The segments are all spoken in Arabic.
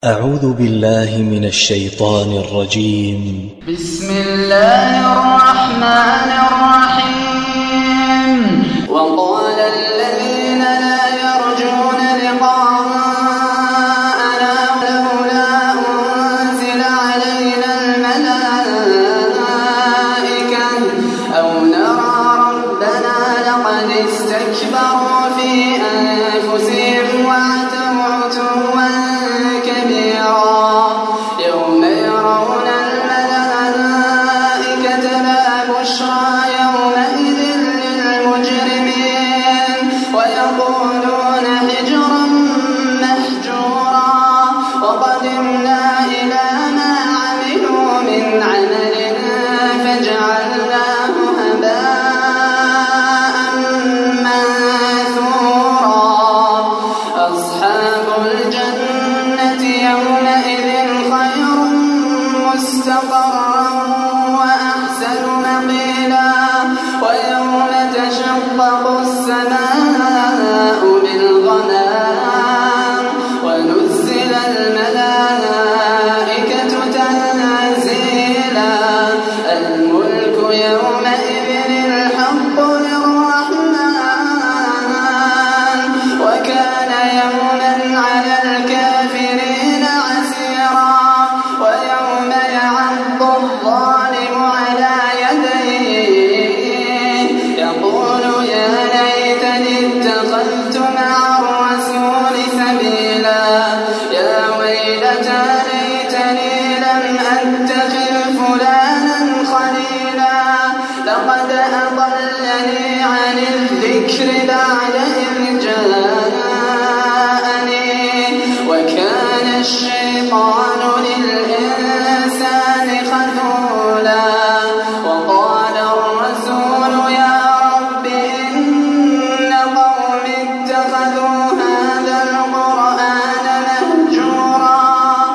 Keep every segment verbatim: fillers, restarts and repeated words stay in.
أعوذ بالله من الشيطان الرجيم. بسم الله الرحمن الرحيم. وقال الذين لا يرجون لقاءنا لولا أنزل علينا الملائكة أو نرى ربنا لقد استكبروا في أنفسهم وعتوا عتوا كبيرا يوم يرون الملائكة لا بشرى يومئذ للمجرمين ويقولون حجرا محجورا وقدمنا إلى ما عملوا من عمل فجعلناه هباء منثورا. أصحاب الجنة يومئذ خير مستقرا وأحسن مقيلا. ويوم تشقق السماء بالغمام ونزل الملائكة تنزيلا. الملك يومئذ الحق للرحمن وكان يوما على الكافرين عسيرا. ويوم يعض الظالم على يديه يقول يا ليتني اتخذت مع الرسول سبيلا. يا ويلتى ليتني لم أتخذ فلانا خليلا. لقد أضلني عن الذكر بعد إذ جاءني وكان الشيطان للإنسان خذولا. وقال الرسول يا رب إن قوم اتخذوا هذا القرآن مهجورا.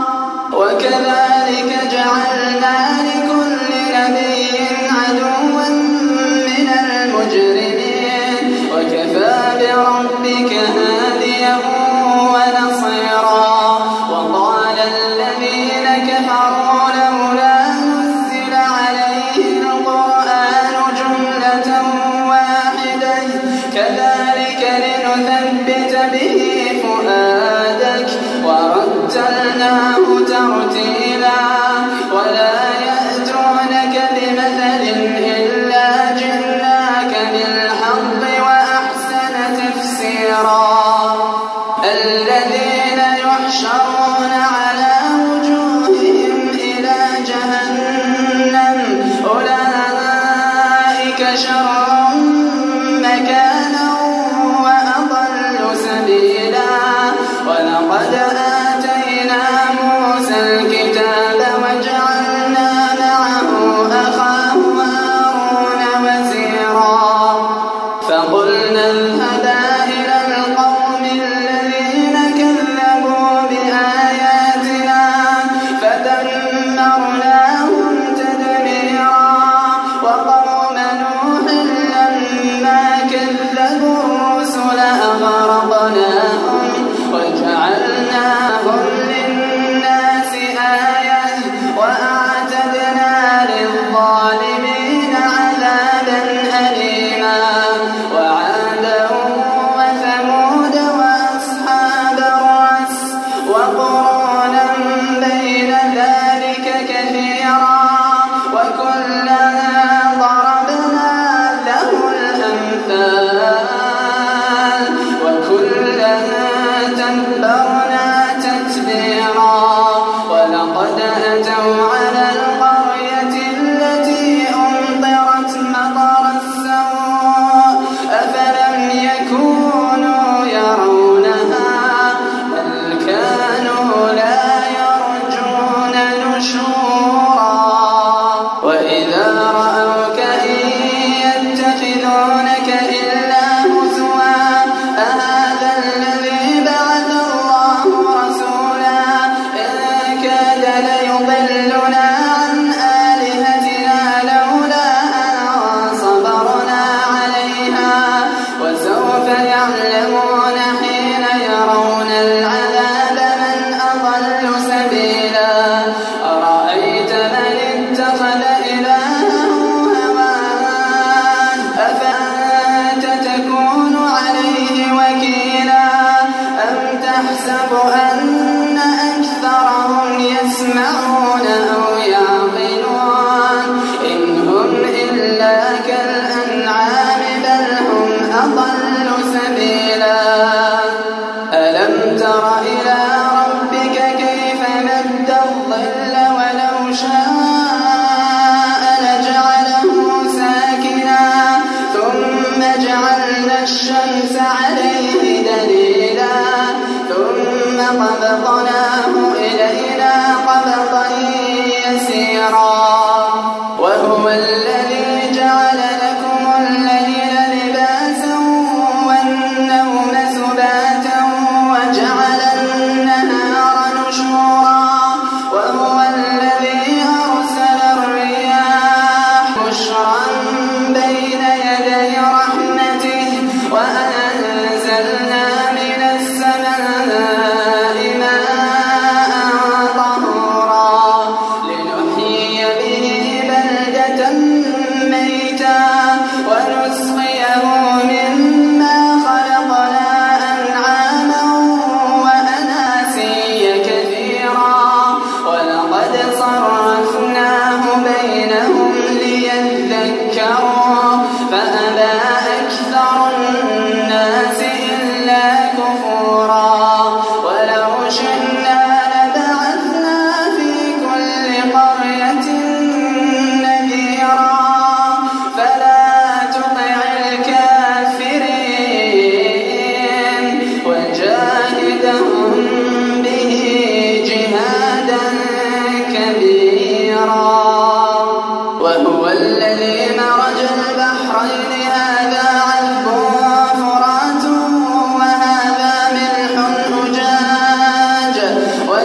وكذلك جعلنا لكل نبي عدوا من المجرمين وكفى بربك هاديا ونصيرا. وقال الذين كفروا لولا نزل عليه القرآن جملة واحدة كذلك لنثبت به فؤادك ورتلناه ترتيلا. ولا يأتونك بمثل إلا جئناك بالحق وأحسن تفسيرا. الذين يحشرون على وجوههم إلى جهنم أولئك شر مكانا وأضل سبيلا. ولقد آتينا موسى الكتاب وجعلنا معه أخاه هارون وزيرا. فقلنا اذهبا إلى القوم الذين كذبوا بآياتنا فدمرناهم تدميرا. وقوم نوح لما كذبوا الرسل أغرقناهم وجعلناهم للناس آية وأعتدنا للظالمين عذابا أليما. وعادا وثمود وأصحاب الرس وقرونا بين ذلك كثيرا. وكلا ضربنا له الأمثال وكلا تبرنا تتبيرا. ولقد أتوا على القرية التي أمطرت مطر السوء أفلم يكونوا يرونها بل كانوا لا يرجون نشورا. وإذا رأوك إن يتخذونك إلا هزوا أهذا الذي بعث الله رسولا إن كاد ليضلنا عن آلهتنا لولا أن صبرنا عليها. وسوف يعلمون حين يرون العذاب من أضل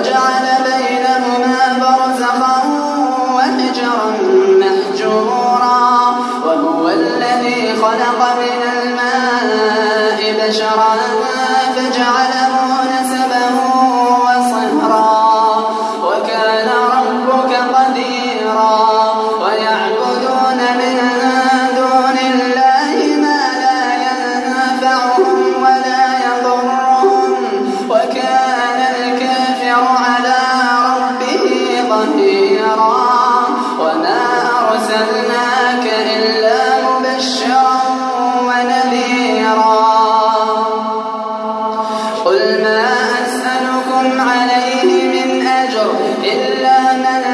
وجعل بينهما برزخا وحجرا محجورا وهو الذي خلق من الماء بشرا فجعله نسبا وصهرا وكان ربك قديرا ويعبدون من دون الله ما لا ينفعهم ولا يضرهم وكان الكافر على ربه ظهيرا وما أرسلناك إلا مبشرا ونذيرا قل ما أسألكم عليه من أجر إلا من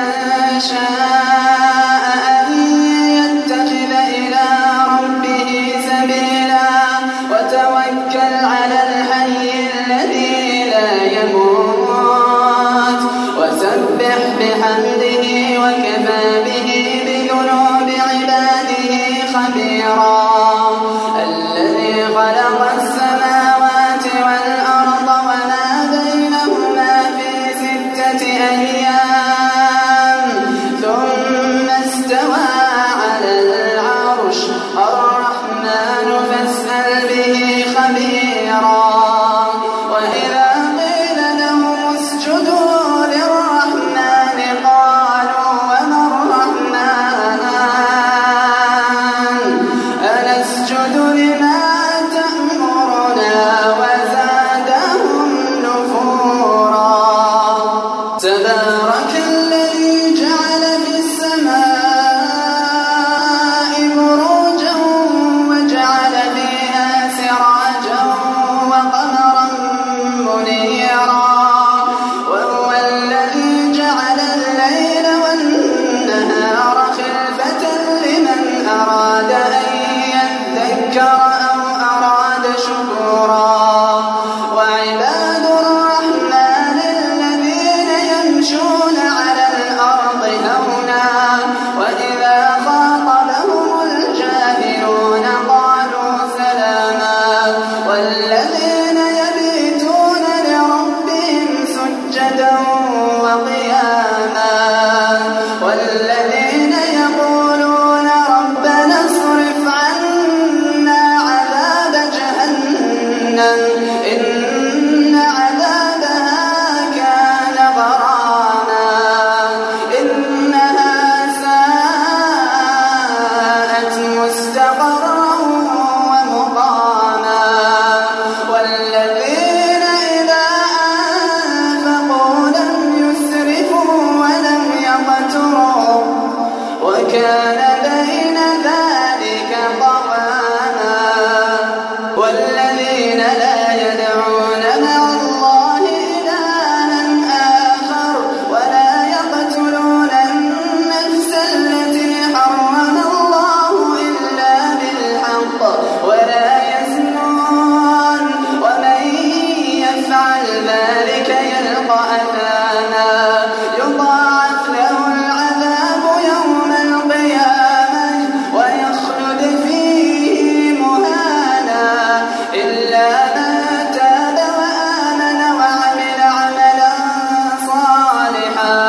شاء أن يتخذ إلى ربه سبيلا وتوكل على الحي الذي لا يموت وسبح بحمده وكفى به بذنوب عباده خبيرا الذي خلق السماوات والأرض وما بينهما في ستة أيام ثم استوى على العرش الرحمن فاسأل به خبيرا وإذا قيل لهم اسجدوا للرحمن قالوا وما الرحمن أنسجد لما تأمرنا وزادهم نفورا تبارك الذي جعل في السماء بروجا وجعل فيها سراجا وقمرا منيرا وهو الذي جعل الليل والنهار خلفة لمن أراد أن يذكر أو أراد شكورا وعباد الرحمن الذين يمشون على الأرض هونا وإذا خاطبهم الجاهلون قالوا سلاما والذين يبيتون لربهم سجدا وقياما والذين يقولون ربنا اصرف عنا عذاب جهنم إن عذابها كان غراما إنها ساءت مستقرا ومقاما والذين إذا أنفقوا لم يسرفوا ولم يقتروا وكان بين ذلك قواما والذين لا يدعون مع الله إلها آخر ولا يقتلون النفس التي حرم الله إلا بالحق ولا يزنون ومن يفعل ذلك يلقى أثاما يضاعف له العذاب يوم القيامة ويخلد فيه مهانا إلا من تاب وآمن وعمل عملا صالحا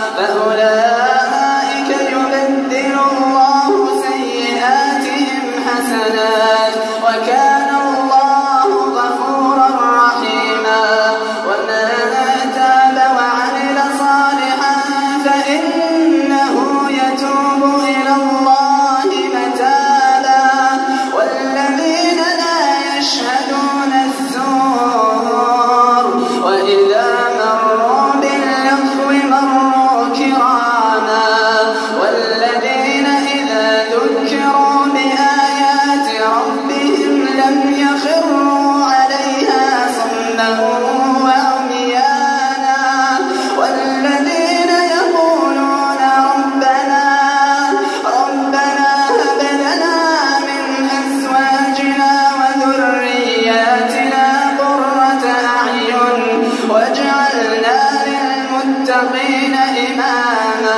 فأولئك يبدل الله سيئاتهم حسنات وكان الله غفورا رحيما ومن تاب وعمل صالحا فإنه يتوب إلى الله متابا والذين لا يشهدون الزور وإذا مروا باللغو مروا كراما والذين إذا ذكروا بآيات ربهم لم يخروا عليها صما وعميانا والذين يقولون ربنا ربنا هب لنا من أزواجنا وذرياتنا قرة أعين واجعلنا للمتقين إماما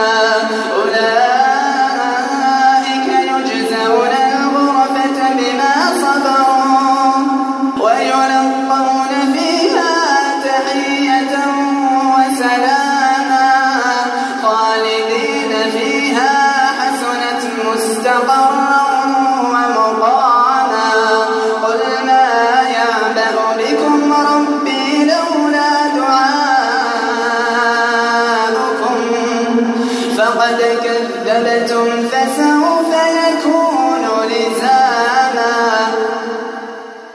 أولئك يجزون الغرفة بما صبروا ويلقون فيها تحية وسلاما وقد كذبتم فسوف